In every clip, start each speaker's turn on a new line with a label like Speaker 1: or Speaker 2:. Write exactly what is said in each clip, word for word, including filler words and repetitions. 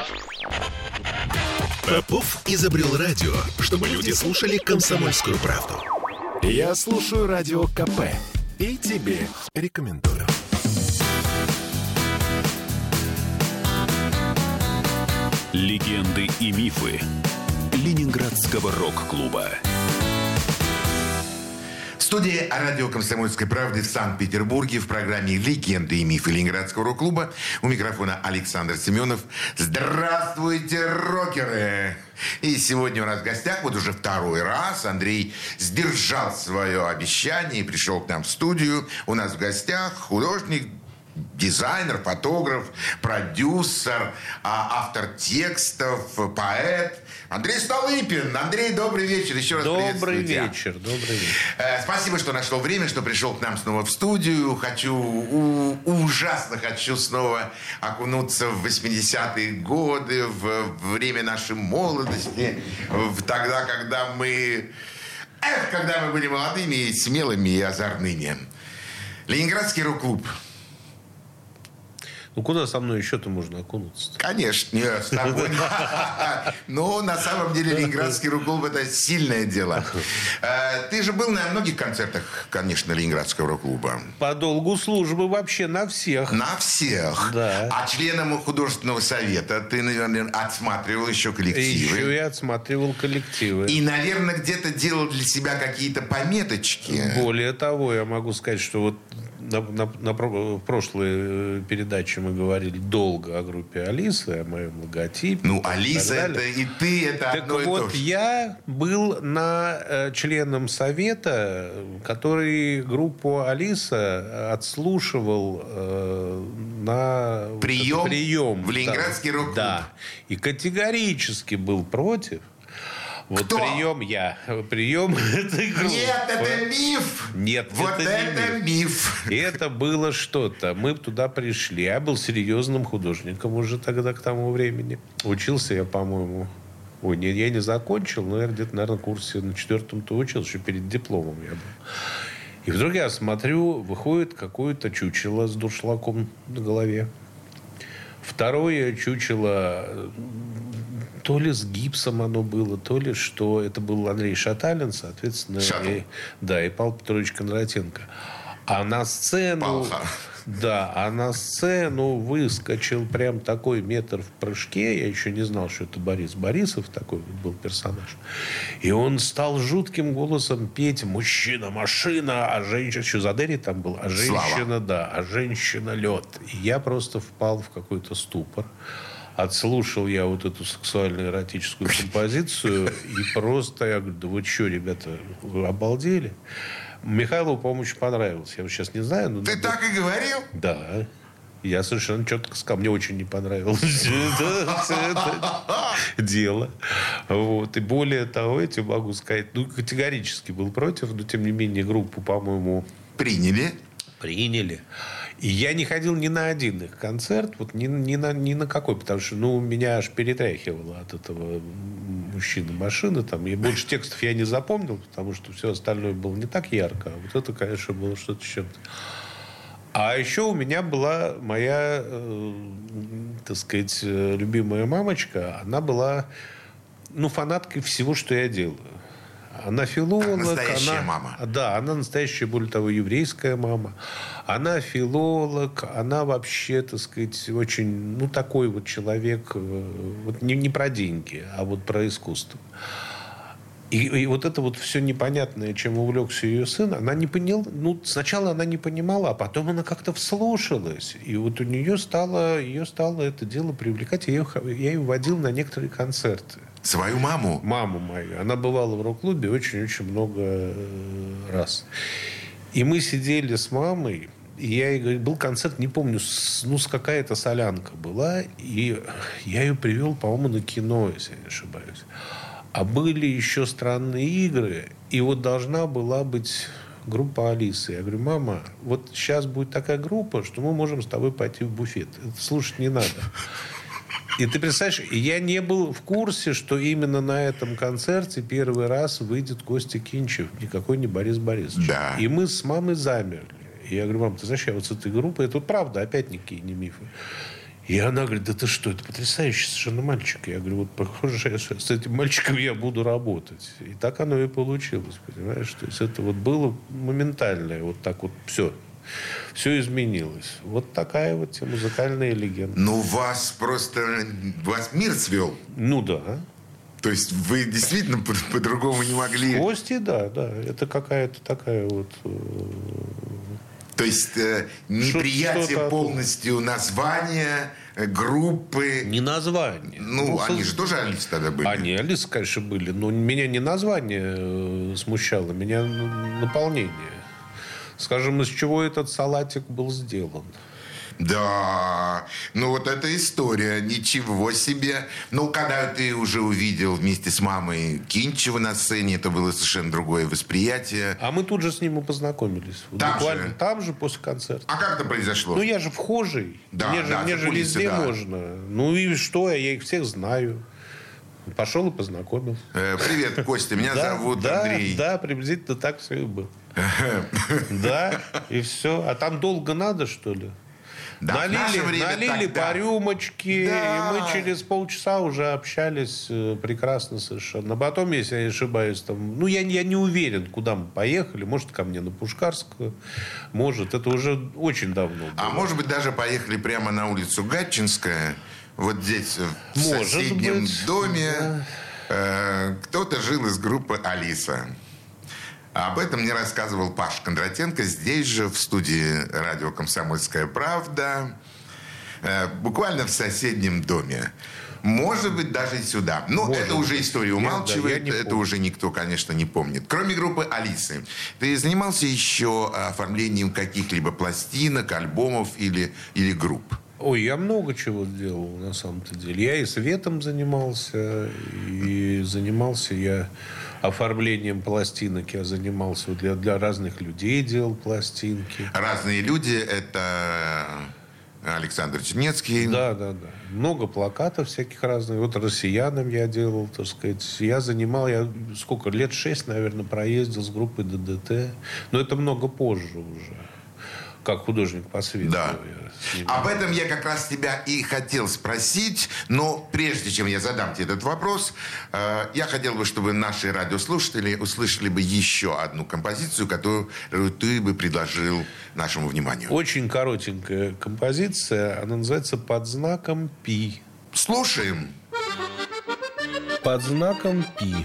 Speaker 1: Попов изобрел радио, чтобы люди слушали «Комсомольскую правду».
Speaker 2: Я слушаю Радио КП и тебе рекомендую.
Speaker 3: Легенды и мифы Ленинградского рок-клуба.
Speaker 4: В студии радио «Комсомольской правды» в Санкт-Петербурге в программе «Легенды и мифы Ленинградского рок-клуба». У микрофона Александр Семенов. Здравствуйте, рокеры! И сегодня у нас в гостях, вот уже второй раз, Андрей сдержал свое обещание и пришел к нам в студию. У нас в гостях художник, дизайнер, фотограф, продюсер, автор текстов, поэт Андрей Столыпин. Андрей, добрый вечер. Еще раз
Speaker 5: добрый
Speaker 4: приветствую тебя.
Speaker 5: вечер, добрый вечер.
Speaker 4: Спасибо, что нашел время, что пришел к нам снова в студию. Хочу, у, ужасно хочу снова окунуться в восьмидесятые годы, в время нашей молодости, в тогда, когда мы, эх, когда мы были молодыми, смелыми и озорными. Ленинградский рок-клуб.
Speaker 5: Ну, куда со мной еще-то можно окунуться?
Speaker 4: Конечно, нет, с тобой. Но на самом деле Ленинградский рок-клуб – это сильное дело. Ты же был на многих концертах, конечно, Ленинградского рок-клуба.
Speaker 5: По долгу службы вообще на всех.
Speaker 4: На всех?
Speaker 5: Да.
Speaker 4: А членом художественного совета ты, наверное, отсматривал еще коллективы.
Speaker 5: Еще и отсматривал коллективы.
Speaker 4: И, наверное, где-то делал для себя какие-то пометочки.
Speaker 5: Более того, я могу сказать, что вот На, на, на, в прошлой передаче мы говорили долго о группе «Алиса», о моем логотипе.
Speaker 4: Ну, «Алиса» это и ты, это
Speaker 5: так
Speaker 4: одно и
Speaker 5: вот,
Speaker 4: то же.
Speaker 5: я был на, э, членом совета, который группу «Алиса» отслушивал э, на
Speaker 4: прием,
Speaker 5: вот прием
Speaker 4: в Ленинградский
Speaker 5: да,
Speaker 4: рок-клуб.
Speaker 5: Да. И категорически был против. Вот
Speaker 4: Кто?
Speaker 5: прием я. Прием этой группы.
Speaker 4: Нет, это миф.
Speaker 5: Нет,
Speaker 4: вот
Speaker 5: это,
Speaker 4: это
Speaker 5: не
Speaker 4: миф.
Speaker 5: миф. Это было что-то. Мы туда пришли. Я был серьезным художником уже тогда, к тому времени. Учился я, по-моему... Ой, не, я не закончил, но я где-то, наверное, в курсе на четвертом-то учился, еще перед дипломом я был. И вдруг я смотрю, выходит какое-то чучело с дуршлагом на голове. Второе чучело... То ли с гипсом оно было, то ли что. Это был Андрей Шаталин, соответственно. И, да, и Павел Петрович Кондратенко. А на сцену...
Speaker 4: Палха.
Speaker 5: Да, а на сцену выскочил прям такой метр в прыжке. Я еще не знал, что это Борис Борисов, такой был персонаж. И он стал жутким голосом петь «Мужчина, машина, а женщина...» Еще Задери там был. А женщина,
Speaker 4: Слава.
Speaker 5: да, а женщина лед. И я просто впал в какой-то ступор. Отслушал я вот эту сексуально-эротическую композицию и просто, я говорю, да вы что, ребята, вы обалдели? Михайлову, по-моему, очень понравилось. Я вот сейчас не знаю. Но...
Speaker 4: Ты так и говорил?
Speaker 5: Да. Я совершенно четко сказал. Мне очень не понравилось это дело. Вот. И более того, я тебе могу сказать, ну, категорически был против, но, тем не менее, группу, по-моему...
Speaker 4: Приняли.
Speaker 5: Приняли. И я не ходил ни на один их концерт, вот ни, ни, на, ни на какой, потому что ну, меня аж перетряхивало от этого мужчины-машины. Там. И больше текстов я не запомнил, потому что все остальное было не так ярко. А вот это, конечно, было что-то с чем-то. А еще у меня была моя, э, так сказать, любимая мамочка. Она была ну, фанаткой всего, что я делаю. Она филолог.
Speaker 4: Настоящая
Speaker 5: она,
Speaker 4: мама.
Speaker 5: Да, она настоящая, более того, еврейская мама. Она филолог, она вообще, так сказать, очень, ну, такой вот человек, вот не, не про деньги, а вот про искусство. И, и вот это вот все непонятное, чем увлекся ее сын, она не поняла, ну, сначала она не понимала, а потом она как-то вслушалась. И вот у нее стало, ее стало это дело привлекать. Я ее, я ее водил на некоторые концерты.
Speaker 4: Свою маму?
Speaker 5: Маму мою. Она бывала в рок-клубе очень-очень много раз. И мы сидели с мамой, и я ей говорю, был концерт, не помню, с, ну, с какая-то солянка была, и я ее привел, по-моему, на кино, если я не ошибаюсь. А были еще странные игры, и вот должна была быть группа Алисы. Я говорю, мама, вот сейчас будет такая группа, что мы можем с тобой пойти в буфет. Это слушать не надо. И ты представляешь, я не был в курсе, что именно на этом концерте первый раз выйдет Костя Кинчев, никакой не Борис Борисович.
Speaker 4: Да.
Speaker 5: И мы с мамой замерли. И я говорю, мам, ты знаешь, я вот с этой группой, это вот правда, опять никакие не мифы. И она говорит, да ты что, это потрясающий совершенно мальчик. Я говорю, вот, похоже, с этим мальчиком я буду работать. И так оно и получилось, понимаешь? То есть это вот было моментальное, вот так вот все. Все изменилось. Вот такая вот музыкальная легенда.
Speaker 4: Ну, вас просто... Вас мир свел.
Speaker 5: Ну, да.
Speaker 4: То есть вы действительно по- по-другому не могли...
Speaker 5: В Кости, да, да. Это какая-то такая вот...
Speaker 4: То есть э, неприятие
Speaker 5: Что-то...
Speaker 4: полностью названия, э, группы...
Speaker 5: Не название.
Speaker 4: Ну,
Speaker 5: ну
Speaker 4: они
Speaker 5: со...
Speaker 4: же тоже Алисы тогда были.
Speaker 5: Они Алисы, конечно, были. Но меня не название смущало, меня наполнение. Скажем, из чего этот салатик был сделан.
Speaker 4: Да, ну вот эта история, ничего себе. Ну, когда ты уже увидел вместе с мамой Кинчева на сцене, это было совершенно другое восприятие.
Speaker 5: А мы тут же с ним и познакомились.
Speaker 4: Там
Speaker 5: Буквально
Speaker 4: же?
Speaker 5: Там же, после концерта.
Speaker 4: А как это произошло?
Speaker 5: Ну, я же вхожий.
Speaker 4: Да,
Speaker 5: мне же,
Speaker 4: да,
Speaker 5: мне
Speaker 4: за
Speaker 5: же
Speaker 4: кулисы,
Speaker 5: везде
Speaker 4: да.
Speaker 5: можно. Ну и что, я их всех знаю. Пошел и познакомился.
Speaker 4: Э, привет, Костя, меня
Speaker 5: Да,
Speaker 4: зовут
Speaker 5: да,
Speaker 4: Андрей.
Speaker 5: Да, приблизительно так все и было. Да, и все. А там долго надо, что ли?
Speaker 4: Да, в наше
Speaker 5: Налили,
Speaker 4: время
Speaker 5: налили
Speaker 4: тогда.
Speaker 5: по рюмочке,
Speaker 4: Да.
Speaker 5: и мы через полчаса уже общались э, прекрасно совершенно. А потом, если я не ошибаюсь, там, ну, я, я не уверен, куда мы поехали. Может, ко мне на Пушкарскую, может, это уже очень давно было.
Speaker 4: А может быть, даже поехали прямо на улицу Гатчинская, вот здесь, в
Speaker 5: Может
Speaker 4: соседнем
Speaker 5: быть,
Speaker 4: доме.
Speaker 5: да.
Speaker 4: Э, кто-то жил из группы «Алиса». Об этом мне рассказывал Паш Кондратенко здесь же, в студии радио «Комсомольская правда», э, буквально в соседнем доме. Может быть, даже и сюда. Но
Speaker 5: Может
Speaker 4: это уже
Speaker 5: быть.
Speaker 4: история
Speaker 5: Я-
Speaker 4: умалчивает,
Speaker 5: да, я не
Speaker 4: это
Speaker 5: помню.
Speaker 4: уже никто, конечно, не помнит. Кроме группы «Алисы», ты занимался еще оформлением каких-либо пластинок, альбомов или, или групп?
Speaker 5: Ой, я много чего делал, на самом-то деле. Я и светом занимался, и занимался я оформлением пластинок. Я занимался для, для разных людей, делал пластинки.
Speaker 4: Разные люди, это Александр Чернецкий.
Speaker 5: Да, да, да. Много плакатов всяких разных. Вот россиянам я делал, так сказать. Я занимал, я сколько, лет шесть, наверное, проездил с группой ДДТ. Но это много позже уже. Как художник по свету.
Speaker 4: Да.
Speaker 5: я снимал.
Speaker 4: Об этом я как раз тебя и хотел спросить, но прежде чем я задам тебе этот вопрос, э, я хотел бы, чтобы наши радиослушатели услышали бы еще одну композицию, которую ты бы предложил нашему вниманию.
Speaker 5: Очень коротенькая композиция. Она называется «Под знаком Пи».
Speaker 4: Слушаем.
Speaker 5: Под знаком Пи.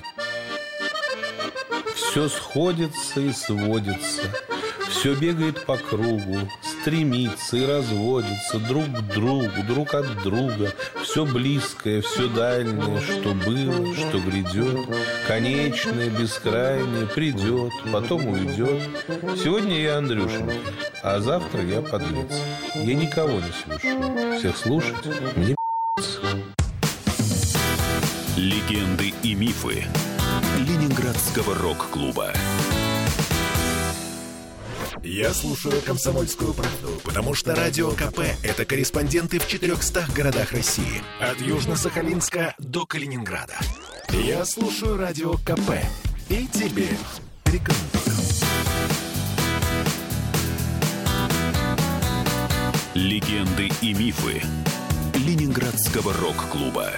Speaker 5: Все сходится и сводится. Все бегает по кругу, стремится и разводится друг к другу, друг от друга. Все близкое, все дальнее, что было, что грядет, конечное, бескрайнее, придет, потом уйдет. Сегодня я Андрюшенька, а завтра я подлец. Я никого не слушаю. Всех слушать мне
Speaker 3: Легенды и мифы Ленинградского рок-клуба.
Speaker 2: Я слушаю «Комсомольскую правду», потому что Радио КП – это корреспонденты в четырехстах городах России. От Южно-Сахалинска до Калининграда. Я слушаю Радио КП и тебе рекомендую.
Speaker 3: Легенды и мифы Ленинградского рок-клуба.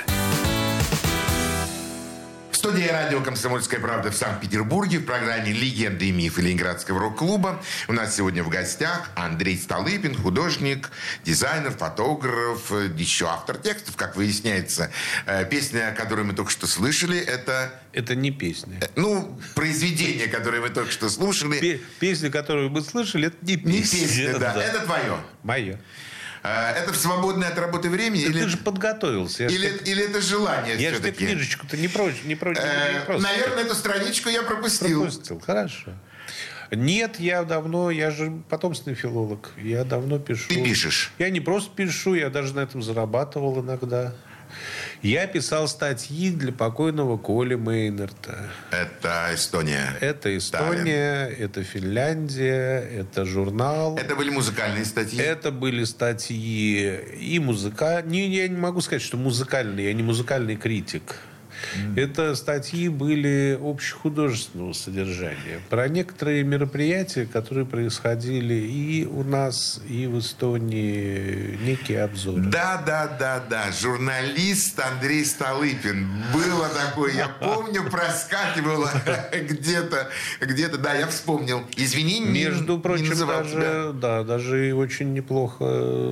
Speaker 4: В студии радио «Комсомольская правда» в Санкт-Петербурге в программе «Легенды и мифы Ленинградского рок-клуба». У нас сегодня в гостях Андрей Столыпин, художник, дизайнер, фотограф, еще автор текстов, как выясняется. Песня, которую мы только что слышали, это...
Speaker 5: Это не песня.
Speaker 4: Ну, произведение, которое мы только что слушали.
Speaker 5: Пе- Песня, которую мы слышали, это не песня.
Speaker 4: Не песня, да.
Speaker 5: Да.
Speaker 4: Это твое.
Speaker 5: Мое.
Speaker 4: Это в свободное от работы время?
Speaker 5: Ты,
Speaker 4: Или,
Speaker 5: ты же подготовился. Я ж
Speaker 4: или,
Speaker 5: тебе-
Speaker 4: или это желание
Speaker 5: Я же тебе
Speaker 4: все-таки?
Speaker 5: книжечку-то не прочь, не прочь, не
Speaker 4: Э,
Speaker 5: просто
Speaker 4: Наверное, эту страничку я пропустил.
Speaker 5: пропустил. Хорошо. Нет, я давно, я же потомственный филолог. Я давно пишу.
Speaker 4: Ты пишешь?
Speaker 5: Я не просто пишу, я даже на этом зарабатывал иногда. Я писал статьи для покойного Коли Мейнерта.
Speaker 4: Это Эстония.
Speaker 5: Это Эстония, это Финляндия, это журнал.
Speaker 4: Это были музыкальные статьи?
Speaker 5: Это были статьи и музыка. Не, я не могу сказать, что музыкальные. Я не музыкальный критик. Mm. Это статьи были общехудожественного содержания. Про некоторые мероприятия, которые происходили и у нас, и в Эстонии, некие обзоры.
Speaker 4: Да, да, да, да. Журналист Андрей Столыпин. Было такое, я помню, проскакивало где-то, где-то, да, я вспомнил. Извини,
Speaker 5: Между
Speaker 4: не,
Speaker 5: прочим,
Speaker 4: не
Speaker 5: даже, да, даже и очень неплохо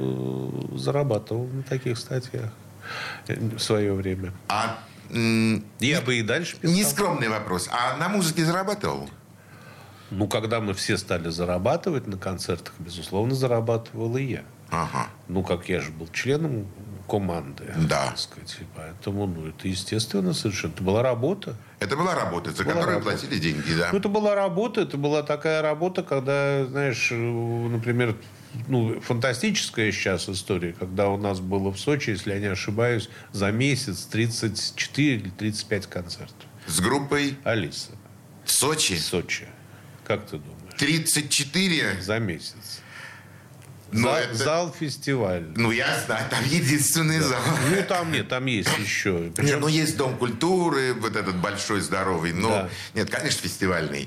Speaker 5: зарабатывал на таких статьях в свое время.
Speaker 4: А
Speaker 5: Я бы и дальше писал.
Speaker 4: Нескромный вопрос. А на музыке зарабатывал?
Speaker 5: Ну, когда мы все стали зарабатывать на концертах, безусловно, зарабатывал и я.
Speaker 4: Ага.
Speaker 5: Ну, как я же был членом команды.
Speaker 4: Да.
Speaker 5: Так сказать. Поэтому, ну, это естественно совершенно. Это была работа.
Speaker 4: Это была работа, за
Speaker 5: была
Speaker 4: которую
Speaker 5: работа.
Speaker 4: платили деньги, да.
Speaker 5: Ну, это была работа. Это была такая работа, когда, знаешь, например, ну, фантастическая сейчас история, когда у нас было в Сочи, если я не ошибаюсь, за месяц тридцать четыре или тридцать пять концертов.
Speaker 4: С группой
Speaker 5: Алиса.
Speaker 4: в Сочи?
Speaker 5: В Сочи. Как ты думаешь?
Speaker 4: тридцать четыре?
Speaker 5: За месяц.
Speaker 4: Но
Speaker 5: Зал,
Speaker 4: это...
Speaker 5: зал фестиваль.
Speaker 4: Ну, я знаю, там единственный
Speaker 5: да.
Speaker 4: зал.
Speaker 5: Ну, там нет, там есть еще. Причем...
Speaker 4: Нет, ну, есть Дом культуры, вот этот большой, здоровый. Но,
Speaker 5: да.
Speaker 4: Нет, конечно, фестивальный.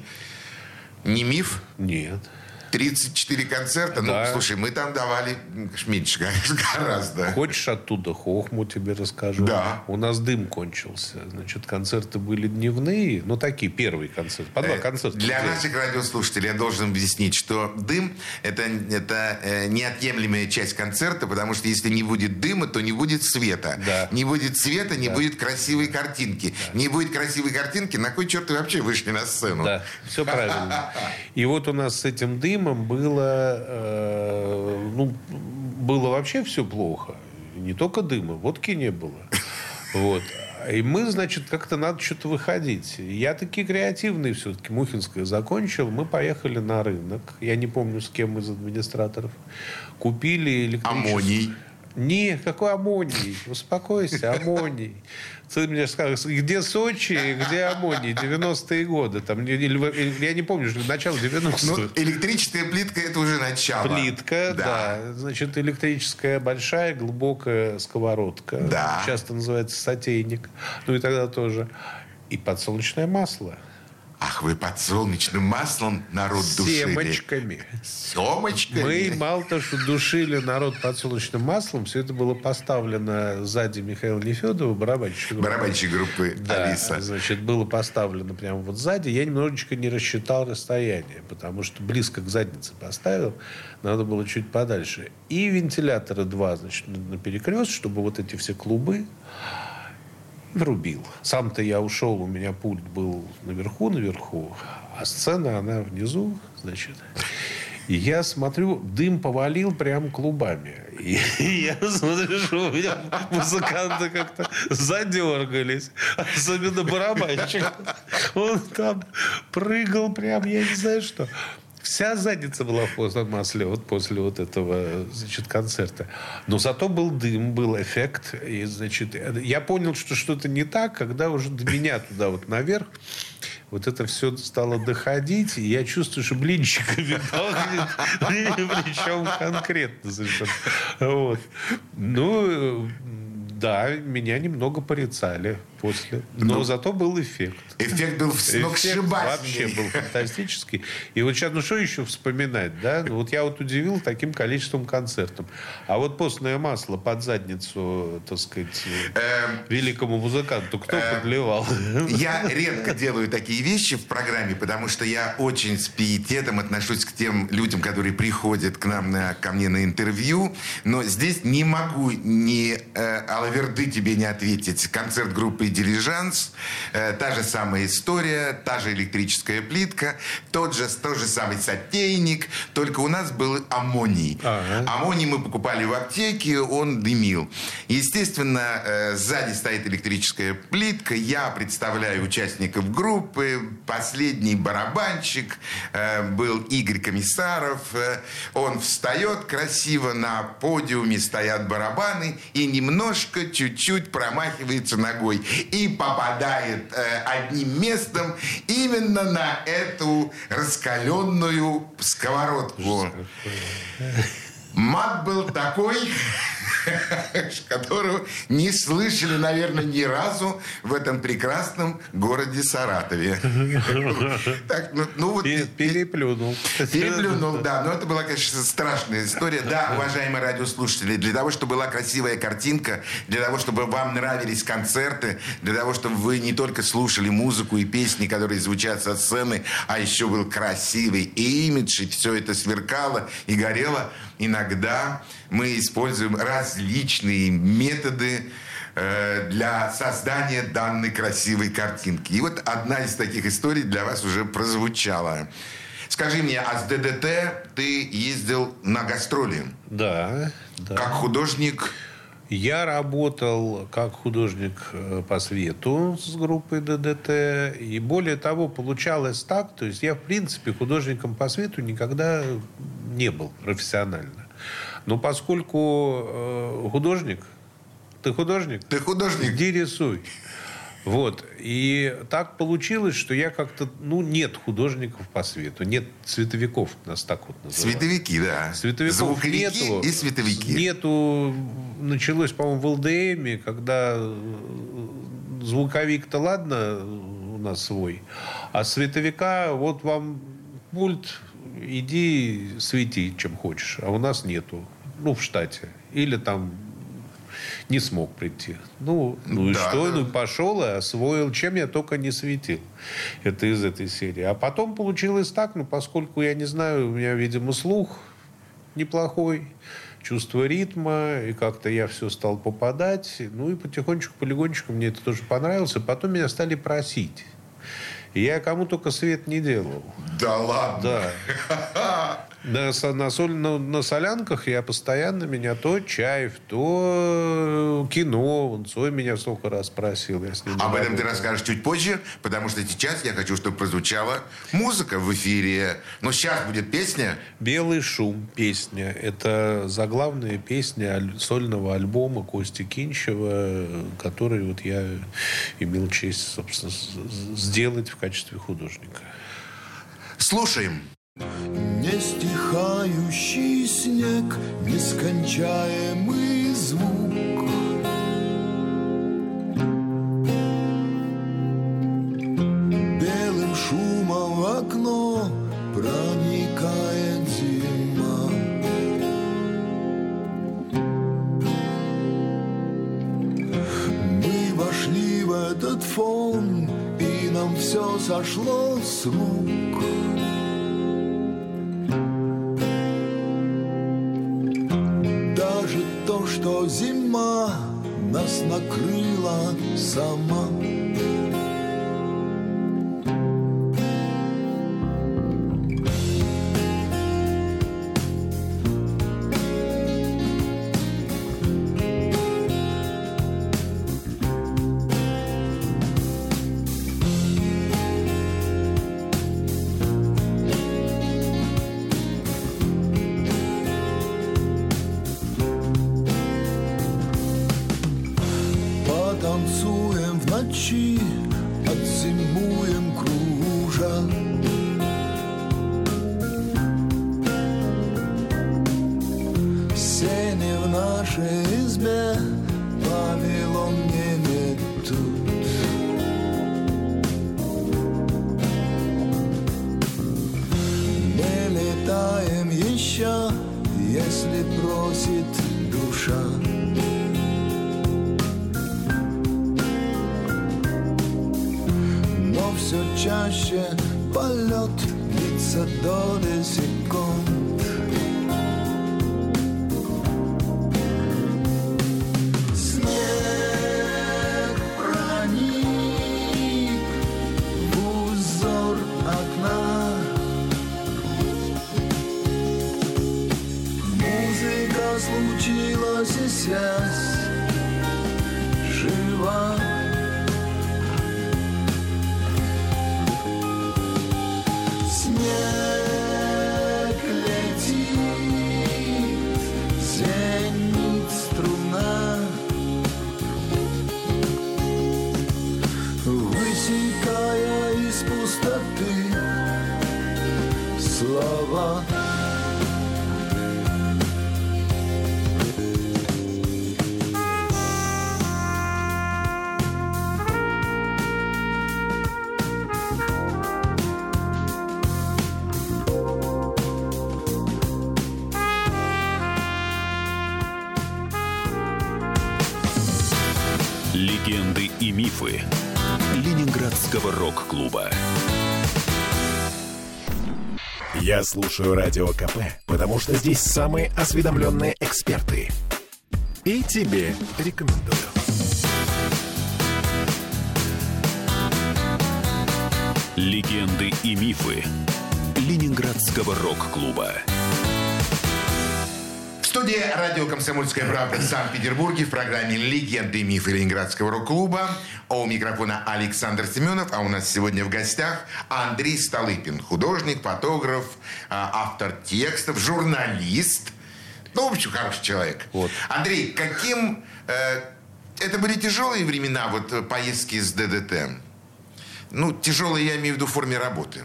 Speaker 4: Не миф?
Speaker 5: Нет.
Speaker 4: тридцать четыре концерта?
Speaker 5: Да.
Speaker 4: Ну, слушай, мы там давали меньше, конечно, гораздо.
Speaker 5: Хочешь оттуда хохму тебе расскажу?
Speaker 4: Да.
Speaker 5: У нас дым кончился. Значит, концерты были дневные. Ну, такие, первые концерты. По два концерта.
Speaker 4: Для наших радиослушателей я должен объяснить, что дым это, – это неотъемлемая часть концерта, потому что если не будет дыма, то не будет света.
Speaker 5: Да.
Speaker 4: Не будет света, не
Speaker 5: да.
Speaker 4: будет красивой картинки. Да. Не будет красивой картинки, на кой черт вы вообще вышли на сцену?
Speaker 5: Да, все правильно. И вот у нас с этим дымом было, э, ну, было вообще все плохо. Не только дыма, водки не было. Вот. И мы, значит, как-то надо что-то выходить. Я таки креативный все-таки. Мухинская закончил. Мы поехали на рынок. Я не помню, с кем из администраторов. Купили электрический...
Speaker 4: Аммоний.
Speaker 5: Не, какой аммоний? Успокойся, аммоний. Ты мне скажешь, где Сочи, где аммоний? девяностые годы. Там, или, я не помню, начало девяностых.
Speaker 4: Ну, электрическая плитка – это уже начало.
Speaker 5: Плитка, да. да. Значит, электрическая большая, глубокая сковородка.
Speaker 4: Да.
Speaker 5: Часто называется сотейник. Ну и тогда тоже. И подсолнечное масло.
Speaker 4: Ах, вы подсолнечным маслом народ душили.
Speaker 5: Семечками.
Speaker 4: Семечками?
Speaker 5: Мы мало того, что душили народ подсолнечным маслом, все это было поставлено сзади Михаила Нефедова, барабанщик группы.
Speaker 4: Барабанщик группы
Speaker 5: да,
Speaker 4: Алиса.
Speaker 5: Значит, было поставлено прямо вот сзади. Я немножечко не рассчитал расстояние, потому что близко к заднице поставил. Надо было чуть подальше. И вентиляторы два, значит, на перекрест, чтобы вот эти все клубы врубил. Сам-то я ушел, у меня пульт был наверху, наверху, а сцена, она внизу, значит. И я смотрю, дым повалил прям клубами. И я смотрю, что у меня музыканты как-то задергались. Особенно барабанщик. Он там прыгал прям, я не знаю что. Вся задница была в постном масле вот после вот этого, значит, концерта. Но зато был дым, был эффект. И, значит, я понял, что что-то не так, когда уже до меня туда вот наверх вот это все стало доходить. И я чувствую, что блинчиками пахнет. Причем конкретно совершенно. Вот. Ну... Да, меня немного порицали после. Но ну, зато был эффект.
Speaker 4: Эффект был сногсшибательный.
Speaker 5: Вообще был фантастический. И вот сейчас, ну что еще вспоминать, да? Вот я вот удивил таким количеством концертов. А вот постное масло под задницу, так сказать, великому музыканту кто подливал?
Speaker 4: Я редко делаю такие вещи в программе, потому что я очень с пиететом отношусь к тем людям, которые приходят к нам, на, ко мне на интервью. Но здесь не могу не алаверды тебе не ответить. Концерт группы «Дилижанс», э, та же самая история, та же электрическая плитка, тот же, тот же самый сотейник, только у нас был аммоний. Ага. Аммоний мы покупали в аптеке, он дымил. Естественно, э, сзади стоит электрическая плитка, я представляю участников группы, последний барабанщик э, был Игорь Комиссаров, э, он встает красиво, на подиуме стоят барабаны и немножко чуть-чуть промахивается ногой и попадает э, одним местом именно на эту раскаленную сковородку. Мат был такой, которого не слышали, наверное, ни разу в этом прекрасном городе Саратове. Так, ну, ну вот...
Speaker 5: Переплюнул.
Speaker 4: Переплюнул, да. Но это была, конечно, страшная история. Да, уважаемые радиослушатели, для того, чтобы была красивая картинка, для того, чтобы вам нравились концерты, для того, чтобы вы не только слушали музыку и песни, которые звучат со сцены, а еще был красивый имидж, и все это сверкало и горело. Иногда мы используем различные методы э, для создания данной красивой картинки. И вот одна из таких историй для вас уже прозвучала. Скажи мне, а с ДДТ ты ездил на гастроли?
Speaker 5: Да, да.
Speaker 4: Как художник?
Speaker 5: Я работал как художник по свету с группой ДДТ. И более того, получалось так, то есть я, в принципе, художником по свету никогда не был профессионально. Но поскольку э, художник, ты художник?
Speaker 4: Ты художник.
Speaker 5: Иди рисуй. Вот. И так получилось, что я как-то... Ну, нет художников по свету. Нет цветовиков, нас так вот называют.
Speaker 4: Световики, да.
Speaker 5: Световиков
Speaker 4: Звуковики
Speaker 5: нету.
Speaker 4: и световики.
Speaker 5: Нету... Началось, по-моему, в ЛДМе, когда звуковик-то ладно у нас свой, а световика вот вам пульт, иди свети, чем хочешь. А у нас нету. Ну, в штате. Или там... Не смог прийти. Ну, ну и
Speaker 4: да,
Speaker 5: что?
Speaker 4: да.
Speaker 5: Ну, пошел и освоил. Чем я только не светил. Это из этой серии. А потом получилось так, ну, поскольку, я не знаю, у меня, видимо, слух неплохой, чувство ритма, и как-то я все стал попадать. Ну, и потихонечку, полигонечку мне это тоже понравилось. И потом меня стали просить. И я кому только свет не делал.
Speaker 4: Да ладно?
Speaker 5: Да. На, на, соль, на, на солянках я постоянно, меня то Чаев, то кино. Он Цой меня столько раз просил. Я с ним
Speaker 4: Об этом
Speaker 5: работал.
Speaker 4: ты расскажешь чуть позже, потому что сейчас я хочу, чтобы прозвучала музыка в эфире. Но сейчас будет песня.
Speaker 5: «Белый шум» песня. Это заглавная песня аль- сольного альбома Кости Кинчева, который вот я имел честь, собственно, с- сделать в качестве художника.
Speaker 4: Слушаем.
Speaker 6: Не стихающий снег, нескончаемый звук. Белым шумом в окно проникает зима. Мы вошли в этот фон, и нам все сошло с рук. То, что зима нас накрыла сама. Танцуем в ночи, отзимуем кружа. Сени в нашей избе, Вавилон не метут. Не летаем еще, если просит душа. Все чаще полет длится доли секунд. Снег проник в узор окна. Музыка случилась и связь жива. Снег
Speaker 3: Легенды и мифы Ленинградского рок-клуба.
Speaker 2: Я слушаю Радио КП, потому что здесь самые осведомленные эксперты. И тебе рекомендую.
Speaker 3: Легенды и мифы Ленинградского рок-клуба.
Speaker 4: В студии радио «Комсомольская правда» в Санкт-Петербурге в программе «Легенды и мифы Ленинградского рок-клуба». А у микрофона Александр Семенов. А у нас сегодня в гостях Андрей Столыпин. Художник, фотограф, автор текстов, журналист. Ну, в общем, хороший человек. Вот. Андрей, каким... Э, это были тяжелые времена, вот поездки с ДДТ? Ну, тяжелые я имею в виду в форме работы.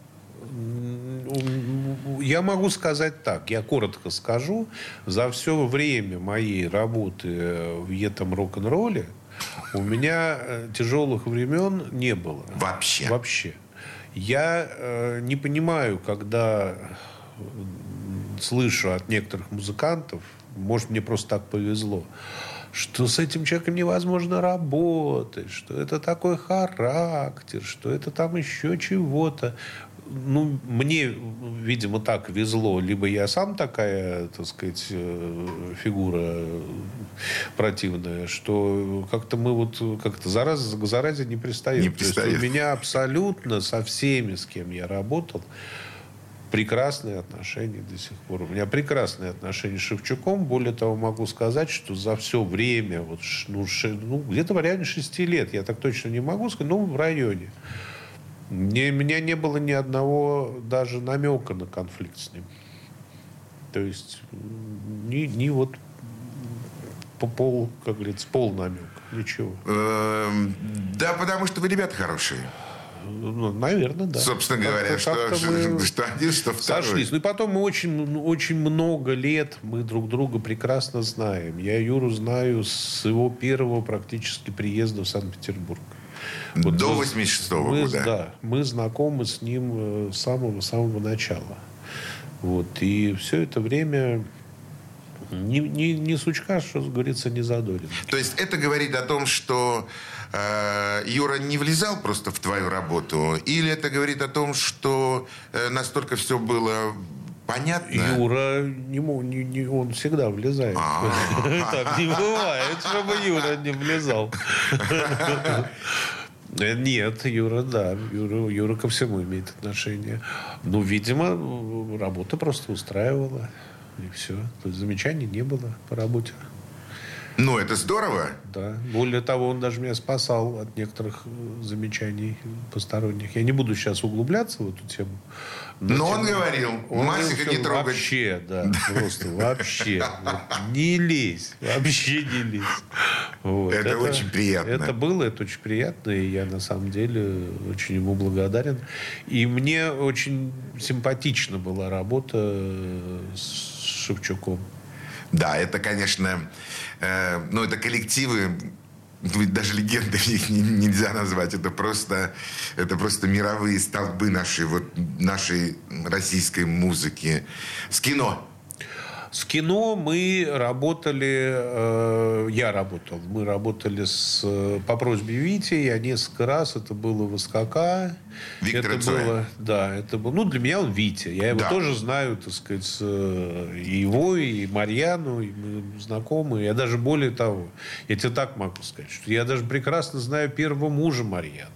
Speaker 5: Я могу сказать так, я коротко скажу. За все время моей работы в этом рок-н-ролле у меня тяжелых времен не было.
Speaker 4: Вообще?
Speaker 5: Вообще. Я э, не понимаю, когда слышу от некоторых музыкантов, может, мне просто так повезло, что с этим человеком невозможно работать, что это такой характер, что это там еще чего-то. Ну, мне, видимо, так везло. Либо я сам такая, так сказать, фигура противная, что как-то мы вот как-то зараза к заразе не пристаем.
Speaker 4: Не пристаем.
Speaker 5: У меня абсолютно со всеми, с кем я работал, прекрасные отношения до сих пор. У меня прекрасные отношения с Шевчуком. Более того, могу сказать, что за все время, вот, ну, ше, ну, где-то в районе шести лет, я так точно не могу сказать, но в районе. Не, у меня не было ни одного даже намека на конфликт с ним. То есть ни, ни вот по пол, как говорится, пол намека. Ничего.
Speaker 4: Да, потому что вы ребята хорошие.
Speaker 5: Ну, наверное, да.
Speaker 4: Собственно говоря, как-то, что, как-то что, что один, что второй. Сошлись.
Speaker 5: Ну и потом мы очень, очень много лет мы друг друга прекрасно знаем. Я Юру знаю с его первого практически приезда в Санкт-Петербург. Вот
Speaker 4: до восемьдесят шестого года.
Speaker 5: Да, мы знакомы с ним с самого-самого начала. Вот. И все это время ни, ни, ни сучка, что говорится, не задорен.
Speaker 4: То есть это говорит о том, что э, Юра не влезал просто в твою работу? Или это говорит о том, что э, настолько все было понятно?
Speaker 5: Юра, не, не, не, он всегда влезает. Так не бывает, чтобы Юра не влезал. Нет, Юра, да. Юра, Юра ко всему имеет отношение. Ну, видимо, работа просто устраивала. И все. То есть замечаний не было по работе.
Speaker 4: Ну, это здорово.
Speaker 5: Да. Более того, он даже меня спасал от некоторых замечаний посторонних. Я не буду сейчас углубляться в эту тему.
Speaker 4: Но, но он говорил, Масика не трогать.
Speaker 5: Вообще, да. Просто вообще. Не лезь. Вообще не лезь. Вот.
Speaker 4: Это, это очень приятно.
Speaker 5: Это было, это очень приятно. И я, на самом деле, очень ему благодарен. И мне очень симпатична была работа с Шевчуком.
Speaker 4: Да, это, конечно... Э, ну, это коллективы... Даже легендами их нельзя назвать. Это просто, это просто мировые столбы нашей, вот, нашей российской музыки. С кино.
Speaker 5: С кино мы работали, э, я работал, мы работали с, по просьбе Вити, я несколько раз, это было в СКК.
Speaker 4: Виктор
Speaker 5: это
Speaker 4: Цой.
Speaker 5: было, да, это было, ну, для меня он Витя, я его да. тоже знаю, так сказать, и его, и Марьяну, и мы знакомы, я даже более того, я тебе так могу сказать, что я даже прекрасно знаю первого мужа Марьяны.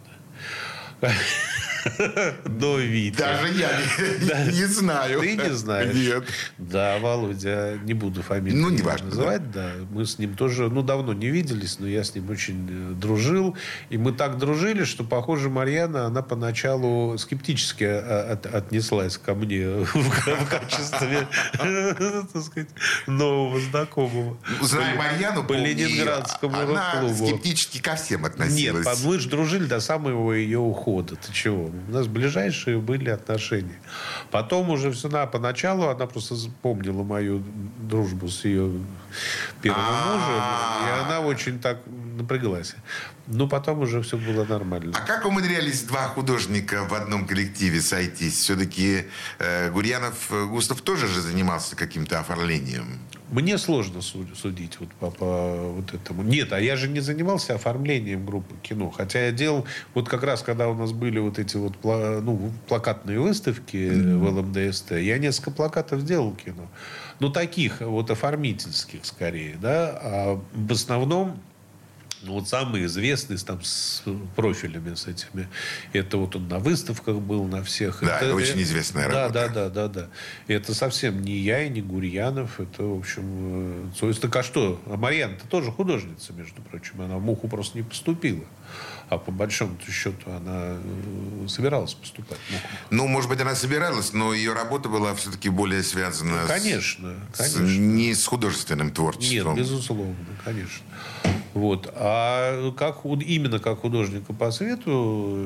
Speaker 5: До Вити.
Speaker 4: Даже я не, да. не знаю.
Speaker 5: Ты не знаешь?
Speaker 4: Нет.
Speaker 5: Да, Володя, не буду фамилию
Speaker 4: ну, не важно,
Speaker 5: называть. Да. Да. Мы с ним тоже, ну, давно не виделись, но я с ним очень дружил. И мы так дружили, что, похоже, Марьяна, она поначалу скептически от, отнеслась ко мне в качестве, так сказать, нового знакомого.
Speaker 4: Зная Марьяну,
Speaker 5: по Ленинградскому рок-клубу.
Speaker 4: Она скептически ко всем относилась.
Speaker 5: Нет, мы же дружили до самого ее ухода. Ты чего? У нас ближайшие были отношения. Потом уже все, на, поначалу она просто помнила мою дружбу с ее первым мужем, и она очень так напряглась. Но потом уже все было нормально.
Speaker 4: А как умудрялись два художника в одном коллективе сойтись? Все-таки э, Гурьянов Густав тоже же занимался каким-то оформлением.
Speaker 5: Мне сложно судить вот по, по вот этому. Нет, а я же не занимался оформлением группы кино. Хотя я делал, вот как раз, когда у нас были вот эти вот ну, плакатные выставки mm-hmm. в эл эм дэ эс тэ, я несколько плакатов сделал кино. Ну, таких вот оформительских скорее, да. А в основном ну, вот самый известный там с профилями с этими. Это вот он на выставках был, на всех.
Speaker 4: Да,
Speaker 5: это,
Speaker 4: это очень известная
Speaker 5: да,
Speaker 4: работа.
Speaker 5: Да, да, да, да. Это совсем не я и не Гурьянов. Это, в общем... То есть, так а что? А Марьяна-то тоже художница, между прочим. Она в Муху просто не поступила. А по большому счету она собиралась поступать в Муху.
Speaker 4: Ну, может быть, она собиралась, но ее работа была все-таки более связана
Speaker 5: ну, конечно,
Speaker 4: с,
Speaker 5: конечно.
Speaker 4: не с художественным творчеством.
Speaker 5: Нет, безусловно, конечно. Вот. А как, именно как художника по свету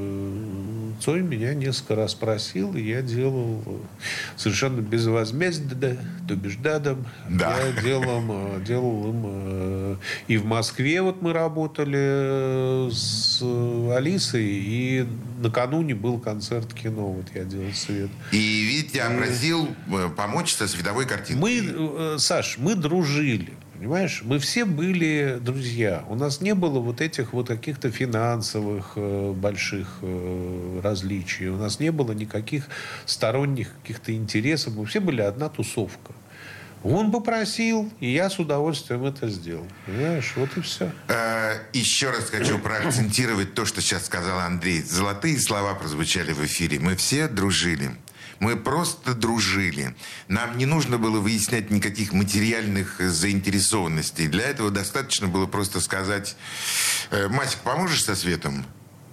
Speaker 5: Цой меня несколько раз просил, и я делал совершенно безвозмездно, то бишь дадом.
Speaker 4: Да.
Speaker 5: Я делал, делал им... И в Москве вот мы работали с Алисой, и накануне был концерт кино. Вот я делал свет.
Speaker 4: И Витя я просил помочь со световой картинкой.
Speaker 5: Мы, Саш, мы дружили. Понимаешь, мы все были друзья. У нас не было вот этих вот каких-то финансовых э, больших э, различий. У нас не было никаких сторонних каких-то интересов. Мы все были одна тусовка. Он попросил, и я с удовольствием это сделал. Понимаешь, вот и все.
Speaker 4: Еще раз хочу проакцентировать то, что сейчас сказал Андрей. Золотые слова прозвучали в эфире. Мы все дружили. Мы просто дружили. Нам не нужно было выяснять никаких материальных заинтересованностей. Для этого достаточно было просто сказать: Масик, поможешь со светом?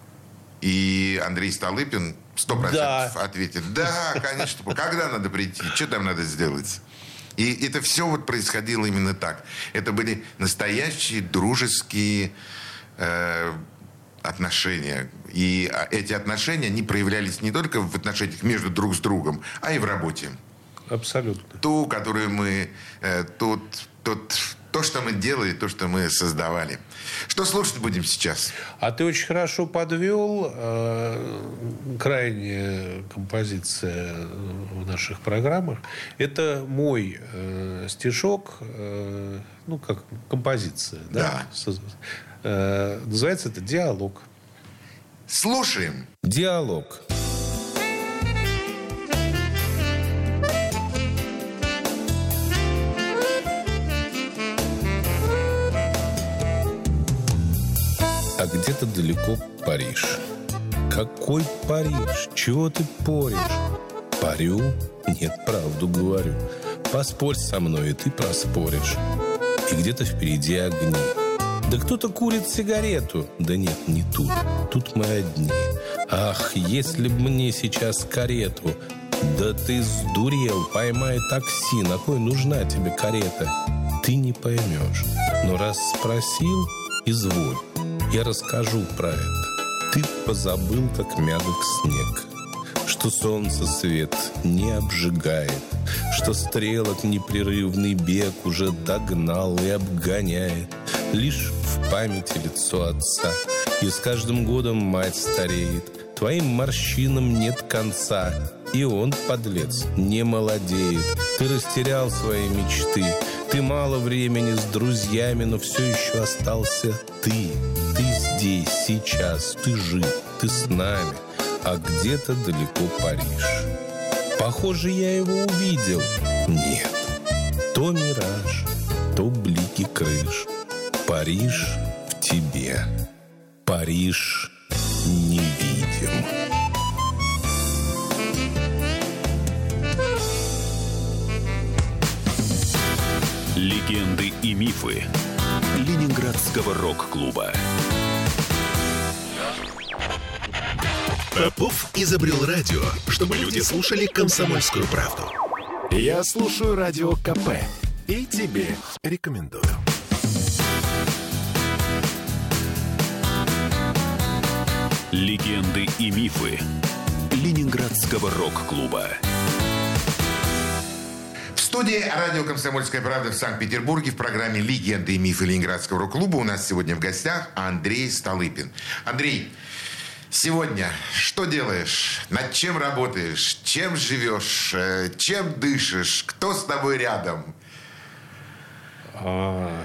Speaker 4: И Андрей Столыпин сто процентов да. ответит: да, конечно. Когда надо прийти? Что там надо сделать? И это все вот происходило именно так. Это были настоящие дружеские э, отношения. И эти отношения, они проявлялись не только в отношениях между друг с другом, а и в работе.
Speaker 5: Абсолютно.
Speaker 4: Ту, которую мы... Э, тот, тот, то, что мы делали, то, что мы создавали. Что слушать будем сейчас?
Speaker 5: А ты очень хорошо подвел. Э, крайняя композиция в наших программах. Это мой э, стишок, э, ну, как композиция. Да. да? Э, называется это «Диалог».
Speaker 4: Слушаем.
Speaker 7: Диалог. А где-то далеко Париж. Какой Париж? Чего ты поришь? Парю? Нет, правду говорю. Поспорь со мной, и ты проспоришь. И где-то впереди огни. Да кто-то курит сигарету. Да нет, не тут. Тут мы одни. Ах, если б мне сейчас карету. Да ты сдурел, поймай такси. На кой нужна тебе карета? Ты не поймешь. Но раз спросил, изволь. Я расскажу про это. Ты позабыл, как мягок снег, что солнце свет не обжигает, что стрелок непрерывный бег уже догнал и обгоняет. Лишь в памяти лицо отца, и с каждым годом мать стареет. Твоим морщинам нет конца, и он, подлец, не молодеет. Ты растерял свои мечты, ты мало времени с друзьями, но все еще остался ты. Ты здесь, сейчас, ты жив, ты с нами, а где-то далеко Париж. Похоже, я его увидел. Нет, то мираж, то блики крыш. Париж в тебе, Париж невидим.
Speaker 3: Легенды и мифы Ленинградского рок-клуба.
Speaker 1: Попов изобрел радио, чтобы люди слушали «Комсомольскую правду».
Speaker 2: Я слушаю Радио КП и тебе рекомендую.
Speaker 3: Легенды и мифы Ленинградского рок-клуба.
Speaker 4: В студии радио «Комсомольская правда» в Санкт-Петербурге в программе «Легенды и мифы Ленинградского рок-клуба» у нас сегодня в гостях Андрей Столыпин. Андрей, сегодня что делаешь? Над чем работаешь? Чем живешь? Чем дышишь? Кто с тобой рядом?
Speaker 5: А,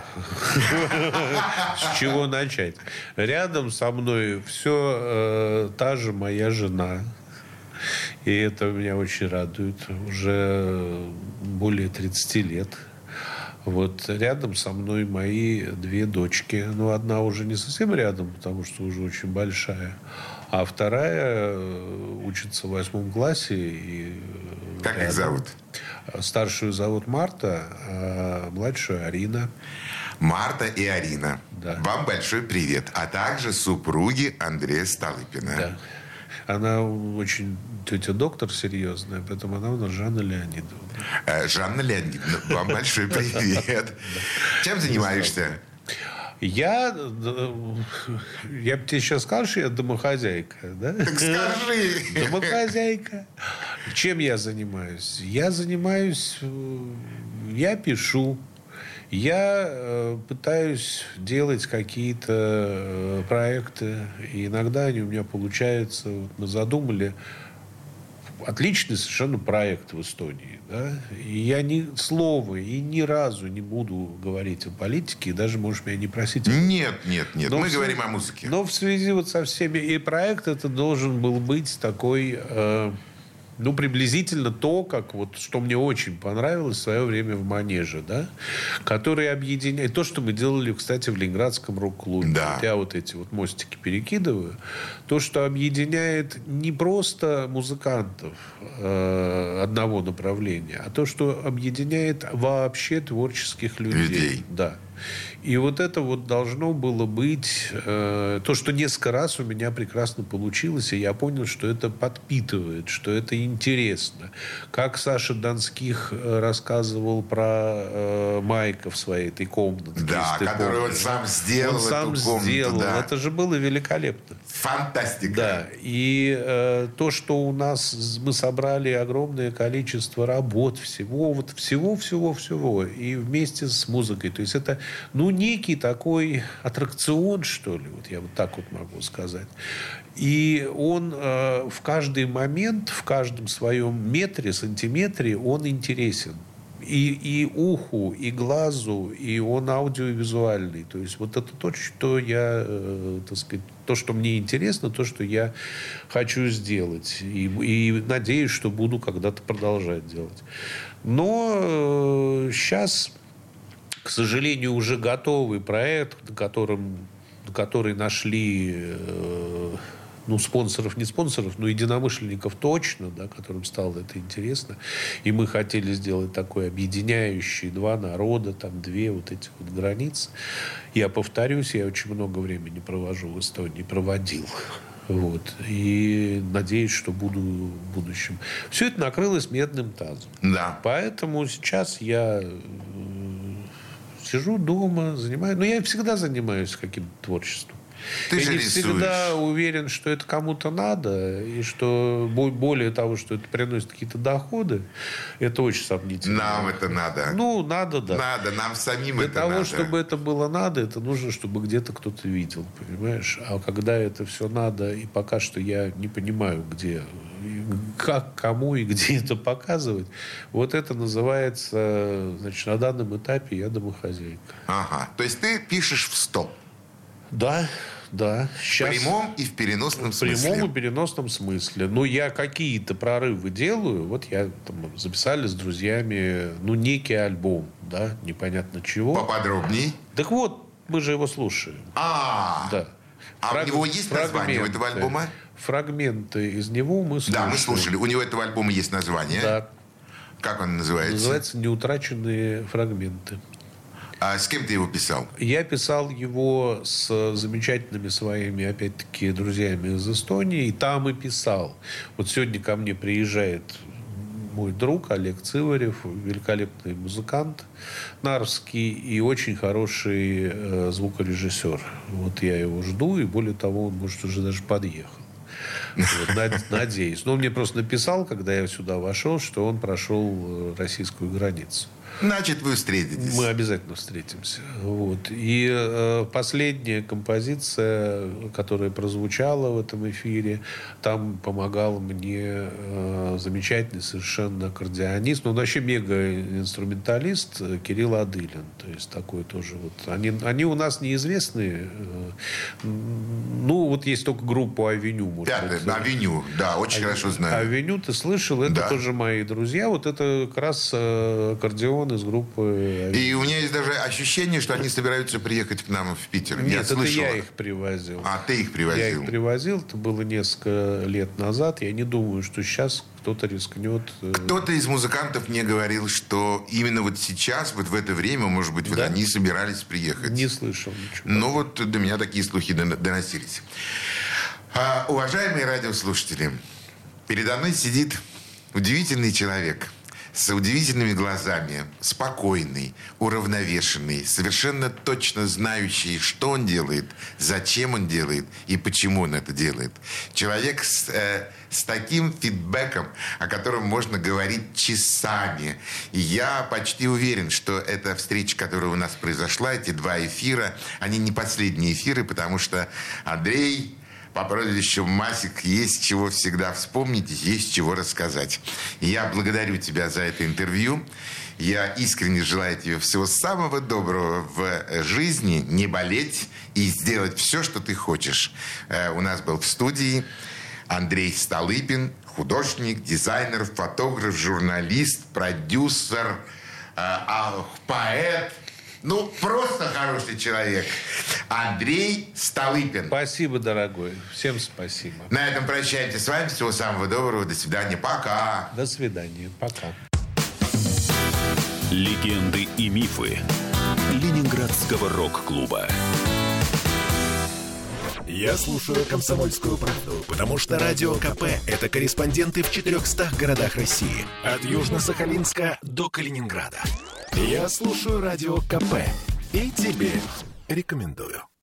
Speaker 5: с чего начать? Рядом со мной все э, та же моя жена. И это меня очень радует. Уже более тридцати лет. Вот рядом со мной мои две дочки. Ну, одна уже не совсем рядом, потому что уже очень большая. А вторая учится в восьмом классе. И
Speaker 4: как рядом. Их зовут?
Speaker 5: Старшую зовут Марта, а младшую Арина.
Speaker 4: Марта и Арина.
Speaker 5: Да.
Speaker 4: Вам большой привет. А также супруги Андрея Столыпина.
Speaker 5: Да. Она очень тетя-доктор серьезная, поэтому она у нас Жанна Леонидовна.
Speaker 4: Жанна Леонидовна, вам большой привет. Чем занимаешься?
Speaker 5: Я, я бы тебе сейчас сказал, что я домохозяйка, да?
Speaker 4: Так скажи.
Speaker 5: Домохозяйка. Чем я занимаюсь? Я занимаюсь, я пишу. Я э, пытаюсь делать какие-то э, проекты. И иногда они у меня получаются. Вот мы задумали отличный совершенно проект в Эстонии. Да? И я ни слова и ни разу не буду говорить о политике. И даже можешь меня не просить.
Speaker 4: Нет, нет, нет.
Speaker 5: Но
Speaker 4: мы
Speaker 5: в,
Speaker 4: говорим о музыке.
Speaker 5: Но в связи вот со всеми... И проект это должен был быть такой... Э, Ну, приблизительно то, как вот, что мне очень понравилось в свое время в Манеже, да, который объединяет... То, что мы делали, кстати, в Ленинградском рок-клубе.
Speaker 4: Да.
Speaker 5: Вот я вот эти вот мостики перекидываю. То, что объединяет не просто музыкантов э, одного направления, а то, что объединяет вообще творческих людей.
Speaker 4: Людей.
Speaker 5: Да. И вот это вот должно было быть... Э, то, что несколько раз у меня прекрасно получилось, и я понял, что это подпитывает, что это интересно. Как Саша Донских рассказывал про э, Майка в своей этой комнате.
Speaker 4: Да, который он сам сделал.
Speaker 5: Он сам
Speaker 4: эту комнату,
Speaker 5: сделал.
Speaker 4: Да.
Speaker 5: Это же было великолепно.
Speaker 4: Фантастика.
Speaker 5: Да. И э, то, что у нас... Мы собрали огромное количество работ, всего, вот всего-всего-всего. И вместе с музыкой. То есть это, ну, некий такой аттракцион, что ли. Вот я вот так вот могу сказать. И он э, в каждый момент, в каждом своем метре, сантиметре он интересен. И, и уху, и глазу, и он аудиовизуальный. То есть вот это то, что я, э, так сказать, то, что мне интересно, то, что я хочу сделать. И, и надеюсь, что буду когда-то продолжать делать. Но э, сейчас, к сожалению, уже готовый проект, на котором, на который нашли... Э, ну, спонсоров, не спонсоров, но единомышленников точно, да, которым стало это интересно. И мы хотели сделать такой объединяющий два народа, там две вот эти вот границы. Я повторюсь, я очень много времени провожу в Эстонии, проводил. Вот. И надеюсь, что буду в будущем. Все это накрылось медным тазом.
Speaker 4: Да.
Speaker 5: Поэтому сейчас я сижу дома, занимаюсь... Но я всегда занимаюсь каким-то творчеством.
Speaker 4: Ты
Speaker 5: я
Speaker 4: же
Speaker 5: не
Speaker 4: рисуешь.
Speaker 5: всегда уверен, что это кому-то надо, и что более того, что это приносит какие-то доходы, это очень сомнительно.
Speaker 4: Нам это надо.
Speaker 5: Ну, надо, да.
Speaker 4: Надо, нам самим
Speaker 5: Для
Speaker 4: это
Speaker 5: того,
Speaker 4: надо.
Speaker 5: чтобы это было надо, это нужно, чтобы где-то кто-то видел, понимаешь? А когда это все надо, и пока что я не понимаю, где, как, кому и где это показывать, вот это называется, значит, на данном этапе я домохозяйка.
Speaker 4: Ага. То есть ты пишешь в стол?
Speaker 5: Да. Да, сейчас...
Speaker 4: В прямом и в переносном
Speaker 5: в
Speaker 4: смысле.
Speaker 5: В прямом и переносном смысле. Ну, я какие-то прорывы делаю. Вот я там, записали с друзьями, ну, некий альбом, да, непонятно чего.
Speaker 4: Поподробней.
Speaker 5: Так вот, мы же его слушаем.
Speaker 4: А,
Speaker 5: да.
Speaker 4: а Фраг... у него есть название у этого альбома?
Speaker 5: Фрагменты из него мы слушаем.
Speaker 4: Да, мы слушали. У него этого альбома есть название.
Speaker 5: Да.
Speaker 4: Как он называется?
Speaker 5: Называется «Неутраченные фрагменты».
Speaker 4: А с кем ты его писал?
Speaker 5: Я писал его с замечательными своими, опять-таки, друзьями из Эстонии. И там и писал. Вот сегодня ко мне приезжает мой друг Олег Цыварев, великолепный музыкант нарвский и очень хороший э, звукорежиссер. Вот я его жду, и более того, он, может, уже даже подъехал. Вот, надеюсь. Но он мне просто написал, когда я сюда вошел, что он прошел российскую границу.
Speaker 4: Значит, вы встретитесь.
Speaker 5: Мы обязательно встретимся. Вот. И э, последняя композиция, которая прозвучала в этом эфире, там помогал мне э, замечательный совершенно аккордеонист, ну, он вообще мега-инструменталист Кирилл Адылин. То есть такой тоже вот. Они, они у нас неизвестные. Э, ну, вот есть только группу «Авеню».
Speaker 4: Пятая, «Авеню», да, очень
Speaker 5: «Авеню»,
Speaker 4: хорошо знаю.
Speaker 5: «Авеню» ты слышал, это
Speaker 4: да.
Speaker 5: тоже мои друзья. Вот это как раз э, аккордеон из группы «Авеню».
Speaker 4: И у меня есть даже ощущение, что они собираются приехать к нам в Питер.
Speaker 5: Нет,
Speaker 4: я
Speaker 5: это
Speaker 4: слышал.
Speaker 5: я их привозил.
Speaker 4: А, ты их привозил?
Speaker 5: Я их привозил, это было несколько лет назад. Я не думаю, что сейчас кто-то рискнет.
Speaker 4: Кто-то из музыкантов мне говорил, что именно вот сейчас, вот в это время, может быть, вот
Speaker 5: да?
Speaker 4: они собирались приехать.
Speaker 5: Не слышал ничего.
Speaker 4: Но вот до меня такие слухи доносились. А, уважаемые радиослушатели, передо мной сидит удивительный человек с удивительными глазами, спокойный, уравновешенный, совершенно точно знающий, что он делает, зачем он делает и почему он это делает. Человек с, э, с таким фидбэком, о котором можно говорить часами. И я почти уверен, что эта встреча, которая у нас произошла, эти два эфира, они не последние эфиры, потому что Андрей по прозвищу Масик есть чего всегда вспомнить, есть чего рассказать. И я благодарю тебя за это интервью. Я искренне желаю тебе всего самого доброго в жизни, не болеть и сделать все, что ты хочешь. У нас был в студии Андрей Столыпин, художник, дизайнер, фотограф, журналист, продюсер, поэт. Ну, просто хороший человек. Андрей Столыпин.
Speaker 5: Спасибо, дорогой. Всем спасибо.
Speaker 4: На этом прощаемся с вами. Всего самого доброго. До свидания. Пока.
Speaker 5: До свидания. Пока.
Speaker 3: Легенды и мифы Ленинградского рок-клуба.
Speaker 2: Я слушаю «Комсомольскую правду», потому что Радио КП – это корреспонденты в четырехстах городах России. От Южно-Сахалинска до Калининграда. Я слушаю Радио КП и тебе рекомендую.